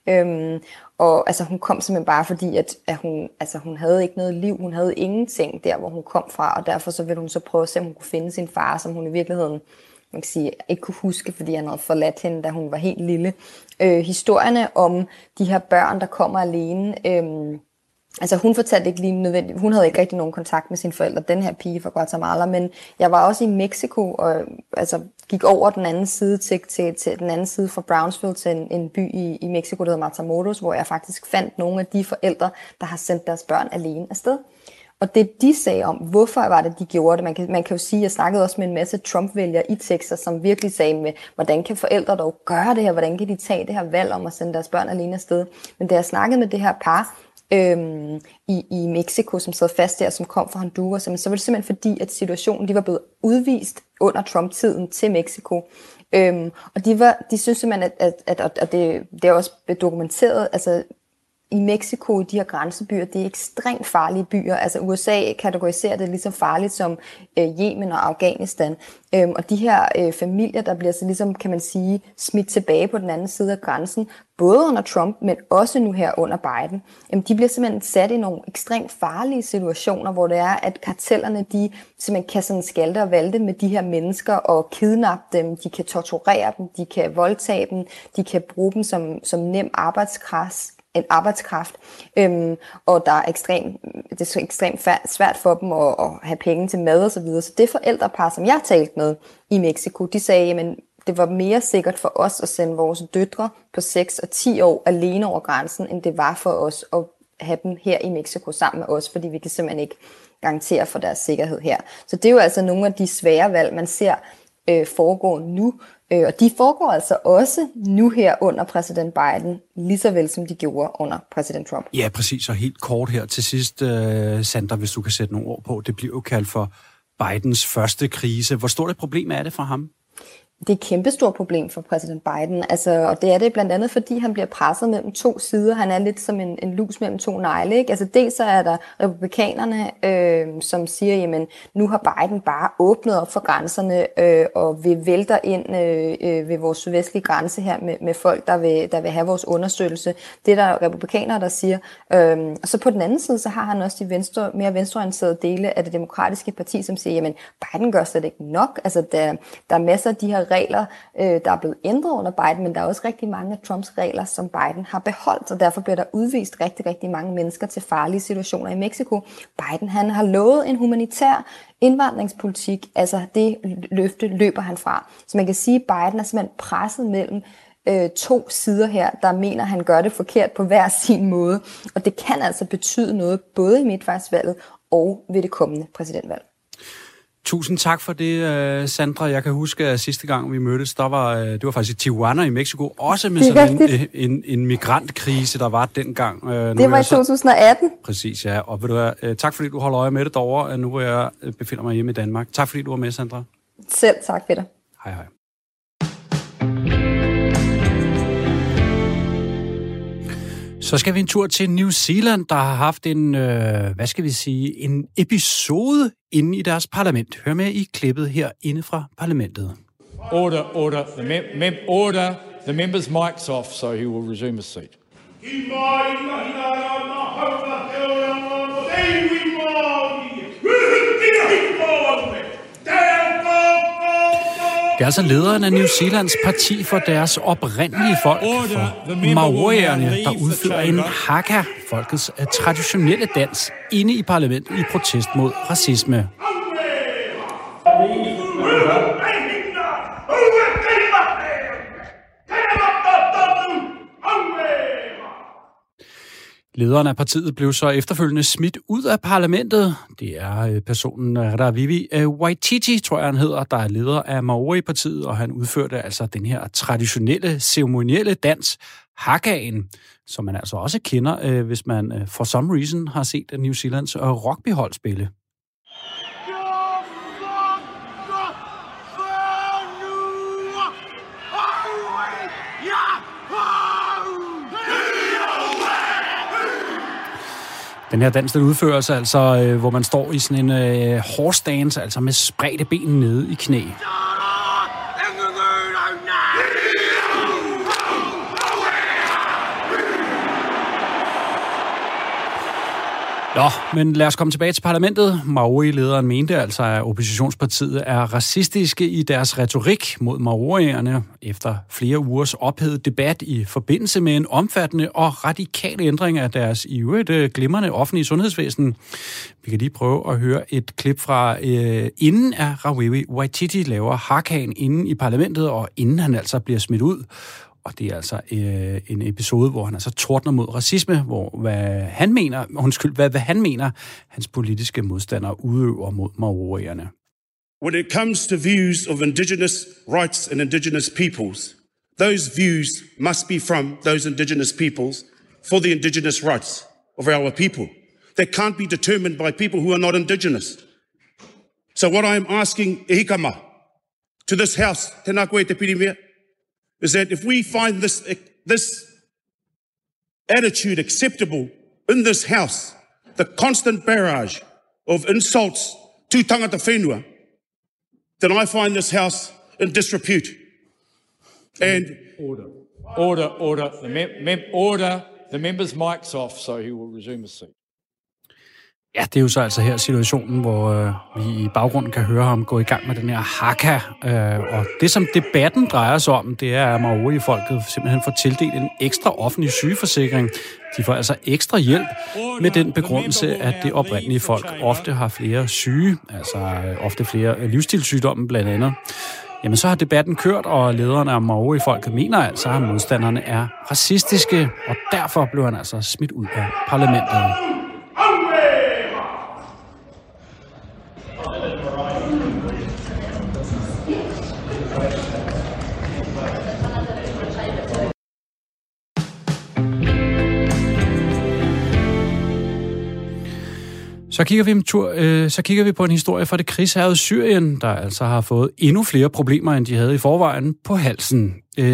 S17: Og altså, hun kom simpelthen bare fordi, at hun havde ikke noget liv, hun havde ingenting der, hvor hun kom fra, og derfor så ville hun så prøve at se, om hun kunne finde sin far, som hun i virkeligheden man kan sige, ikke kunne huske, fordi han havde forladt hende, da hun var helt lille. Historierne om de her børn, der kommer alene, altså hun fortalte ikke lige nødvendigt, hun havde ikke rigtig nogen kontakt med sine forældre, den her pige fra Guatemala, men jeg var også i Mexico, og altså gik over den anden side til den anden side fra Brownsville til en by i Mexico, der hedder Matamoros, hvor jeg faktisk fandt nogle af de forældre, der har sendt deres børn alene afsted. Og det de sagde om, hvorfor var det, de gjorde det, man kan jo sige, jeg snakkede også med en masse Trump-vælgere i Texas, som virkelig sagde med, hvordan kan forældre dog gøre det her, hvordan kan de tage det her valg om at sende deres børn alene afsted. Men da jeg snakkede med det her par, i Mexico, som sad fast der, som kom fra Honduras, så var det simpelthen fordi, at situationen, de var blevet udvist under Trump-tiden til Mexico. Og de synes simpelthen, at det er også dokumenteret, altså i Mexico, de her grænsebyer, det er ekstremt farlige byer. Altså USA kategoriserer det ligesom farligt som Yemen og Afghanistan. Og de her familier, der bliver så ligesom, kan man sige, smidt tilbage på den anden side af grænsen, både under Trump, men også nu her under Biden, de bliver simpelthen sat i nogle ekstremt farlige situationer, hvor det er, at kartellerne, de simpelthen kan sådan skalte og valte med de her mennesker og kidnappe dem, de kan torturere dem, de kan voldtage dem, de kan bruge dem som nem arbejdskraft, og det er ekstremt svært for dem at have penge til mad og så videre. Så det forældrepar, som jeg talte med i Mexico, de sagde, jamen det var mere sikkert for os at sende vores døtre på 6 og 10 år alene over grænsen, end det var for os at have dem her i Mexico sammen med os, fordi vi kan simpelthen ikke garantere for deres sikkerhed her. Så det er jo altså nogle af de svære valg, man ser foregå nu, og de foregår altså også nu her under præsident Biden, lige så vel som de gjorde under præsident Trump.
S3: Ja, præcis, og helt kort her til sidst, Sandra, hvis du kan sætte nogle ord på, det bliver jo kaldt for Bidens første krise. Hvor stort et problem er det for ham?
S17: Det er et kæmpestort problem for præsident Biden, og det er det blandt andet, fordi han bliver presset mellem to sider. Han er lidt som en lus mellem to negle, ikke? Altså dels så er der republikanerne, som siger, jamen nu har Biden bare åbnet op for grænserne, og vi vælter ind ved vores sydvestlige grænse her med folk, der vil have vores understøttelse. Det er der republikanere, der siger. Og så på den anden side, så har han også de mere venstreorienterede dele af det demokratiske parti, som siger, jamen Biden gør slet ikke nok. Altså der er masser af de her regler, der er blevet ændret under Biden, men der er også rigtig mange af Trumps regler, som Biden har beholdt, og derfor bliver der udvist rigtig, rigtig mange mennesker til farlige situationer i Mexico. Biden, han har lovet en humanitær indvandringspolitik, altså det løfte løber han fra. Så man kan sige, at Biden er simpelthen presset mellem to sider her, der mener, at han gør det forkert på hver sin måde, og det kan altså betyde noget, både i midtvejsvalget og ved det kommende præsidentvalg.
S3: Tusind tak for det, Sandra. Jeg kan huske, at sidste gang vi mødtes, det var faktisk i Tijuana i Mexico, også med sådan en migrantkrise, der var dengang.
S17: Det var i 2018.
S3: Præcis, ja. Og ved du hvad, tak fordi du holder øje med det derovre, nu hvor jeg befinder mig hjemme i Danmark. Tak fordi du var med, Sandra.
S17: Selv tak, Peter.
S3: Hej hej. Så skal vi en tur til New Zealand, der har haft en episode inde i deres parlament. Hør med i klippet her inde fra parlamentet.
S19: Order. Order. The member's mic's off, so he will resume his seat.
S3: Det er altså lederen af New Zealands parti for deres oprindelige folk, for maorierne, der udfører en haka, folkets traditionelle dans, inde i parlamentet i protest mod racisme. Lederen af partiet blev så efterfølgende smidt ud af parlamentet. Det er personen Ravivi Waititi, tror jeg han hedder, der er leder af Maori-partiet, og han udførte altså den her traditionelle, ceremonielle dans, hakaen, som man altså også kender, hvis man for some reason har set New Zealands rugbyhold spille. Den her dans, den udføres altså, hvor man står i sådan en horse dance, altså med spredte ben nede i knæ. Nå, men lad os komme tilbage til parlamentet. Maori-lederen mente altså, at oppositionspartiet er racistiske i deres retorik mod maorierne efter flere ugers ophedet debat i forbindelse med en omfattende og radikal ændring af deres i øvrigt glimrende offentlige sundhedsvæsen. Vi kan lige prøve at høre et klip fra inden af Ravivi Waititi laver hakaen inde i parlamentet, og inden han altså bliver smidt ud. Og det er altså en episode, hvor han altså tordner mod racisme, hvor hvad han mener, hans politiske modstandere udøver mod maorierne.
S20: When it comes to views of indigenous rights and indigenous peoples, those views must be from those indigenous peoples for the indigenous rights. of our people that can't be determined by people who are not indigenous. So what I'm asking Ehikama to this house, Tēnā koe te pirimea, is that if we find this attitude acceptable in this house, the constant barrage of insults to tangata whenua, then I find this house in disrepute. And
S19: Order. Order. The member's mic's off, so he will resume his seat.
S3: Ja, det er jo så altså her situationen, hvor vi i baggrunden kan høre ham gå i gang med den her haka. Og det, som debatten drejer sig om, det er, at Maori-folket simpelthen får tildelt en ekstra offentlig sygeforsikring. De får altså ekstra hjælp med den begrundelse, at det oprindelige folk ofte har flere syge, altså ofte flere livsstilssygdomme blandt andet. Jamen, så har debatten kørt, og lederen af Maori-folket mener altså, at modstanderne er racistiske, og derfor blev han altså smidt ud af parlamentet. Så kigger vi på en historie fra det krigshærgede Syrien, der altså har fået endnu flere problemer, end de havde i forvejen på halsen.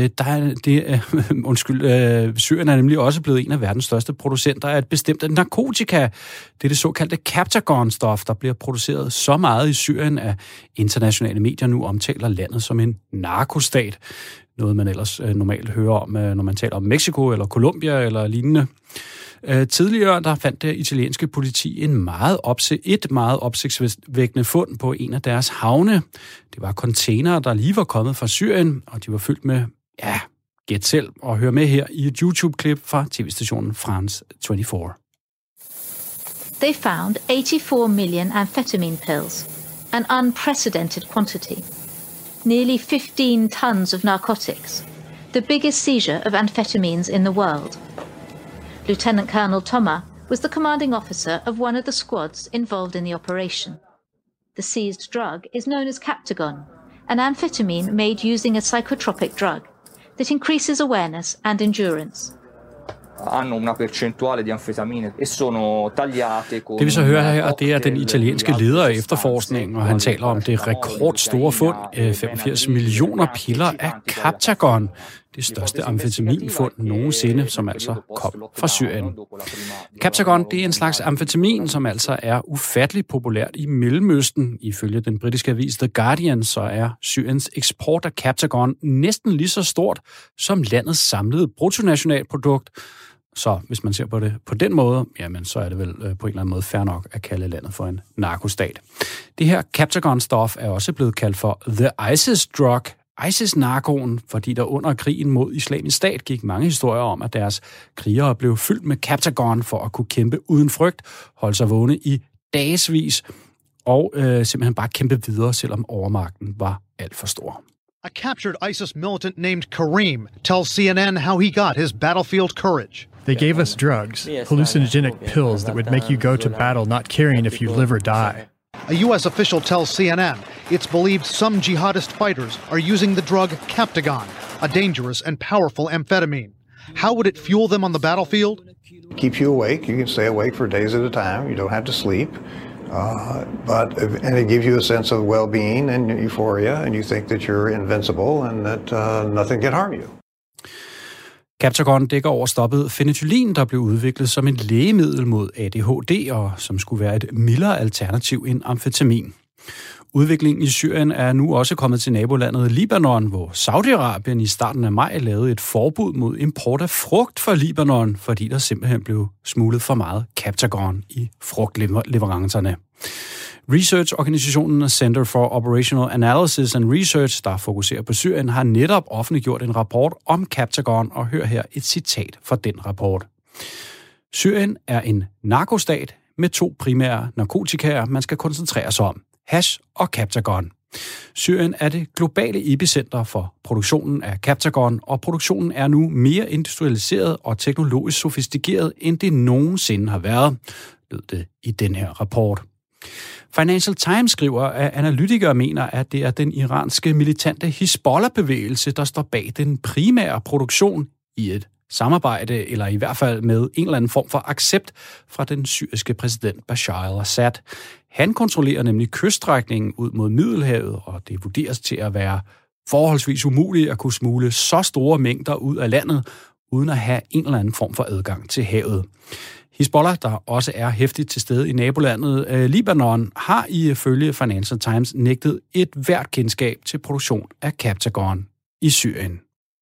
S3: Syrien er nemlig også blevet en af verdens største producenter af et bestemt narkotika. Det er det såkaldte Captagon-stof, der bliver produceret så meget i Syrien, at internationale medier nu omtaler landet som en narkostat. Noget, man ellers normalt hører om, når man taler om Mexico eller Colombia eller lignende. Tidligere der fandt det italienske politi et meget opsigtsvækkende fund på en af deres havne. Det var containere, der lige var kommet fra Syrien, og de var fyldt med, gæt selv, og hør med her i et YouTube-klip fra tv-stationen France 24.
S21: They found 84 million amphetamine pills, an unprecedented quantity. Nearly 15 tons of narcotics, the biggest seizure of amphetamines in the world. Lieutenant Colonel Thomas was the commanding officer of one of the squads involved in the operation. The seized drug is known as Captagon, an amphetamine made using a psychotropic drug that increases awareness and endurance.
S3: Det vi så hører her, det er den italienske leder af efterforskningen, og han taler om det rekordstore fund, 85 millioner piller af Captagon, det største amfetaminfund nogensinde, som altså kom fra Syrien. Captagon, det er en slags amfetamin, som altså er ufatteligt populært i Mellemøsten. Ifølge den britiske avis The Guardian, så er Syriens eksport af Captagon næsten lige så stort som landets samlede bruttonationalprodukt. Så hvis man ser på det på den måde, jamen så er det vel på en eller anden måde fair nok at kalde landet for en narkostat. Det her Captagon-stof er også blevet kaldt for The ISIS Drug, ISIS-narkoen, fordi der under krigen mod Islamisk Stat gik mange historier om, at deres krigere blev fyldt med Captagon for at kunne kæmpe uden frygt, holde sig vågne i dagesvis og simpelthen bare kæmpe videre, selvom overmagten var alt for stor.
S22: A captured ISIS militant named Kareem tells CNN how he got his battlefield courage.
S23: They gave us drugs, hallucinogenic pills that would make you go to battle not caring if you live or die.
S22: A U.S. official tells CNN it's believed some jihadist fighters are using the drug Captagon, a dangerous and powerful amphetamine. How would it fuel them on the battlefield?
S24: It keeps you awake. You can stay awake for days at a time. You don't have to sleep. And it gives you a sense of well-being and euphoria, and you think that you're invincible and that nothing can harm you.
S3: Captagon dækker over stoffet phenethylen, der blev udviklet som et lægemiddel mod ADHD, og som skulle være et mildere alternativ end amfetamin. Udviklingen i Syrien er nu også kommet til nabolandet Libanon, hvor Saudi-Arabien i starten af maj lavede et forbud mod import af frugt fra Libanon, fordi der simpelthen blev smuglet for meget Captagon i frugtleverancerne. Researchorganisationen Center for Operational Analysis and Research, der fokuserer på Syrien, har netop offentliggjort en rapport om Captagon, og hør her et citat fra den rapport. Syrien er en narkostat med 2 primære narkotikaer, man skal koncentrere sig om: hash og Captagon. Syrien er det globale epicenter for produktionen af Captagon, og produktionen er nu mere industrialiseret og teknologisk sofistikeret, end det nogensinde har været, lød det i den her rapport. Financial Times skriver, at analytikere mener, at det er den iranske militante Hizbollah-bevægelse, der står bag den primære produktion i et samarbejde, eller i hvert fald med en eller anden form for accept fra den syriske præsident Bashar al-Assad. Han kontrollerer nemlig kyststrækningen ud mod Middelhavet, og det vurderes til at være forholdsvis umuligt at kunne smugle så store mængder ud af landet, uden at have en eller anden form for adgang til havet. Hizbollah, der også er hæftigt til stede i nabolandet Libanon, har ifølge Financial Times nægtet et hvert kendskab til produktion af Captagon i Syrien.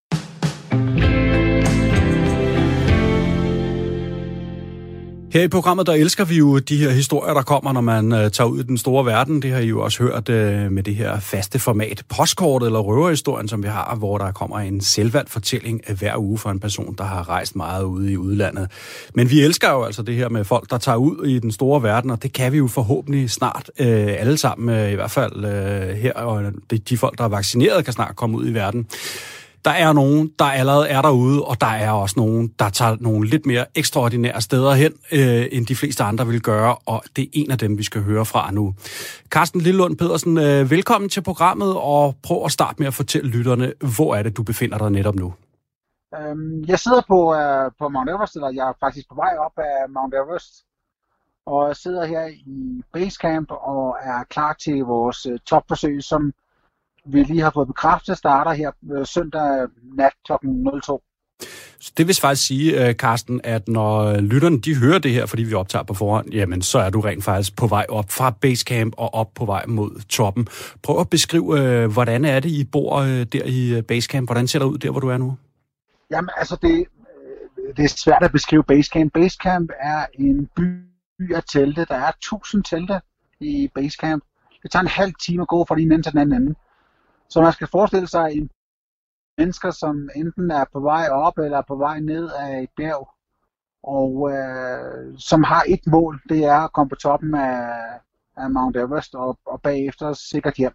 S3: Her i programmet, der elsker vi jo de her historier, der kommer, når man tager ud i den store verden. Det har I jo også hørt med det her faste format, postkortet eller røverhistorien, som vi har, hvor der kommer en selvvalgt fortælling hver uge fra en person, der har rejst meget ude i udlandet. Men vi elsker jo altså det her med folk, der tager ud i den store verden, og det kan vi jo forhåbentlig snart alle sammen, i hvert fald her, og de folk, der er vaccineret, kan snart komme ud i verden. Der er nogen, der allerede er derude, og der er også nogen, der tager nogle lidt mere ekstraordinære steder hen, end de fleste andre vil gøre, og det er en af dem, vi skal høre fra nu. Carsten Lillelund Pedersen, velkommen til programmet, og prøv at starte med at fortælle lytterne, hvor er det, du befinder dig netop nu?
S2: Jeg sidder på Mount Everest, eller jeg er faktisk på vej op af Mount Everest, og jeg sidder her i Basecamp og er klar til vores topforsøg, som vi lige har fået bekræftet, starter her søndag nat kl. 02.
S3: Så det vil faktisk sige, Carsten, at når lytterne de hører det her, fordi vi optager på forhånd, jamen så er du rent faktisk på vej op fra Basecamp og op på vej mod toppen. Prøv at beskrive, hvordan er det, I bor der i Basecamp? Hvordan ser det ud der, hvor du er nu?
S2: Jamen altså, det er svært at beskrive Basecamp. Basecamp er en by af telte. Der er 1000 telte i Basecamp. Det tager en halv time at gå fra den ene til den anden ende. Så man skal forestille sig en mennesker, som enten er på vej op eller på vej ned af et bjerg, og som har et mål, det er at komme på toppen af Mount Everest og bagefter sikkert hjem.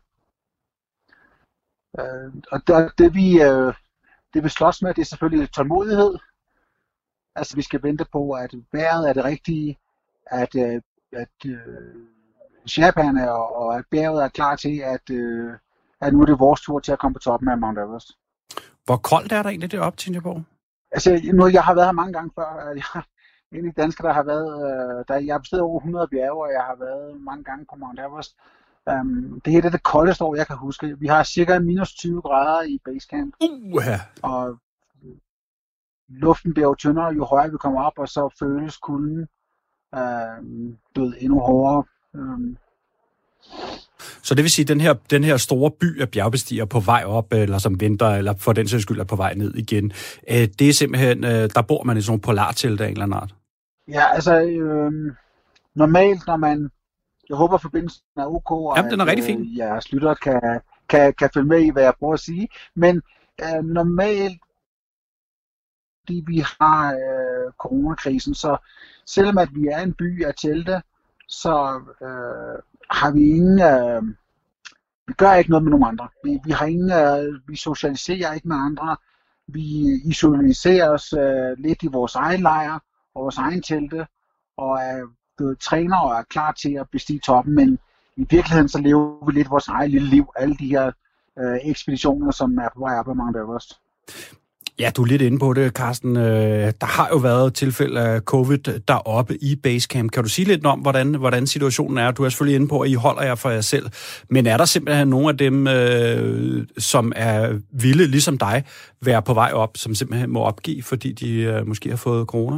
S2: Og det vi slås med, det er selvfølgelig tålmodighed. Altså vi skal vente på, at vejret er det rigtige, at Sherpaerne og at bjerget er klar til, at nu er det vores tur til at komme på toppen af Mount Everest.
S3: Hvor koldt er der egentlig deroppe, Tinderborg?
S2: Altså, jeg har været her mange gange før. Jeg er en af de danskere, der har været... jeg har bestedet over 100 bjerge, og jeg har været mange gange på Mount Everest. Det her er det koldeste år, jeg kan huske. Vi har cirka minus 20 grader i Basecamp. Og luften bliver jo tyndere, jo højere vi kommer op, og så føles kulden endnu hårdere.
S3: Så det vil sige, at den her store by af bjergbestiger på vej op, eller som venter, eller for den sags skyld er på vej ned igen, det er simpelthen, der bor man i sådan nogle polartelte af en eller anden art?
S2: Ja, altså normalt, når man, jeg håber forbindelsen er ok, og
S3: jamen, den er rigtig fin.
S2: Jeres lytter kan følge med i, hvad jeg prøver at sige, men normalt, fordi vi har coronakrisen, så selvom at vi er en by af telte, så har vi ingen, vi gør ikke noget med nogen andre. Vi har ingen, vi socialiserer ikke med andre. Vi isolerer os lidt i vores egen lejr og vores egen telte, og er blevet træner og er klar til at bestige toppen, men i virkeligheden så lever vi lidt vores eget lille liv, alle de her ekspeditioner, som er på vej op ad Mount Everest.
S3: Ja, du er lidt inde på det, Carsten. Der har jo været tilfælde af covid deroppe i Basecamp. Kan du sige lidt om, hvordan situationen er? Du er selvfølgelig inde på, at I holder jer for jer selv. Men er der simpelthen nogle af dem, som er vilde, ligesom dig, være på vej op, som simpelthen må opgive, fordi de måske har fået corona?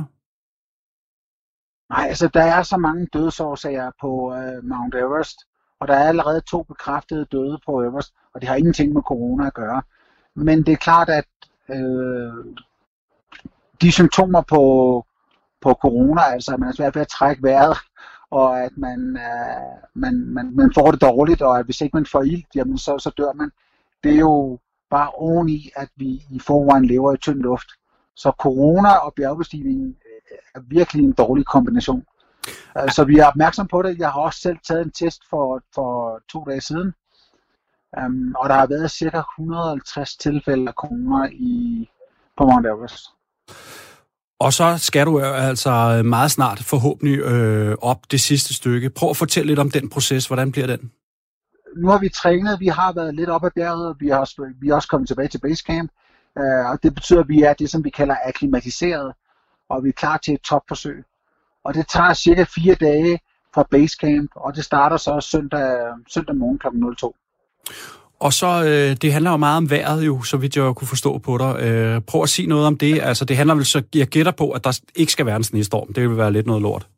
S2: Nej, altså der er så mange dødsårsager på Mount Everest, og der er allerede 2 bekræftede døde på Everest, og det har ingenting med corona at gøre. Men det er klart, at de symptomer på corona, altså at man er svært ved at trække vejret, og at man får det dårligt, og at hvis ikke man får ilt, jamen så dør man. Det er jo bare oveni, at vi i forvejen lever i tynd luft. Så corona og bjergbestigning er virkelig en dårlig kombination. Så vi er opmærksom på det. Jeg har også selv taget en test for 2 dage siden. Og der har været ca. 150 tilfælde af corona på Mount Everest.
S3: Og så skal du altså meget snart forhåbentlig op det sidste stykke. Prøv at fortælle lidt om den proces. Hvordan bliver den?
S2: Nu har vi trænet. Vi har været lidt op ad bjerget. Vi er også kommet tilbage til Basecamp. Og det betyder, at vi er det, som vi kalder akklimatiseret, og vi er klar til et topforsøg. Og det tager cirka 4 dage fra basecamp, og det starter så søndag morgen kl. 02.
S3: Og så, det handler jo meget om vejret jo, så vidt jeg kunne forstå på dig. Prøv at sige noget om det. Altså, det handler vel så, jeg gætter på, at der ikke skal være en snestorm. Det vil være lidt noget lort.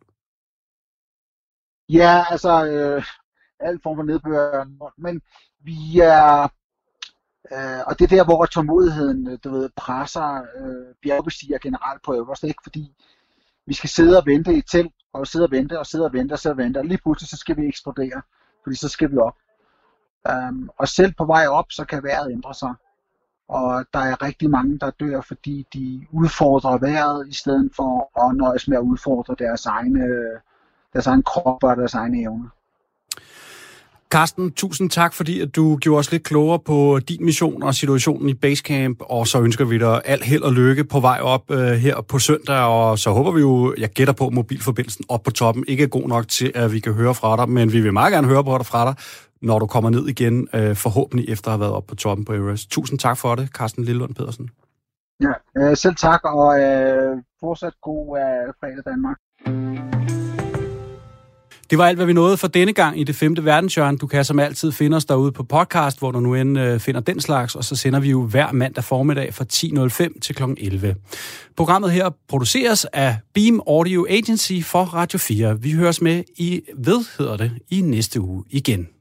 S2: Ja, altså, alt form for nedbør, men vi er, og det er der, hvor tålmodigheden, presser bjergbestiger generelt på Everest, ikke? Fordi vi skal sidde og vente i et telt, og sidde og vente, og lige pludselig så skal vi eksplodere, fordi så skal vi op. Og selv på vej op, så kan vejret ændre sig. Og der er rigtig mange, der dør, fordi de udfordrer vejret, i stedet for at nøjes med at udfordre deres egen krop og deres egne evner.
S3: Carsten, tusind tak, fordi at du gjorde os lidt klogere på din mission og situationen i Basecamp, og så ønsker vi dig alt held og lykke på vej op her på søndag, og så håber vi jo, jeg gætter på, mobilforbindelsen op på toppen ikke er god nok til, at vi kan høre fra dig, men vi vil meget gerne høre på dig fra dig, når du kommer ned igen, forhåbentlig efter at have været oppe på toppen på Everest. Tusind tak for det, Carsten Lillelund Pedersen.
S2: Ja, selv tak, og fortsat god fredag Danmark.
S3: Det var alt, hvad vi nåede for denne gang i det 5. verdenshjørne. Du kan som altid finde os derude på podcast, hvor du nu end finder den slags, og så sender vi jo hver mandag formiddag fra 10.05 til kl. 11. Programmet her produceres af Beam Audio Agency for Radio 4. Vi høres med i næste uge igen.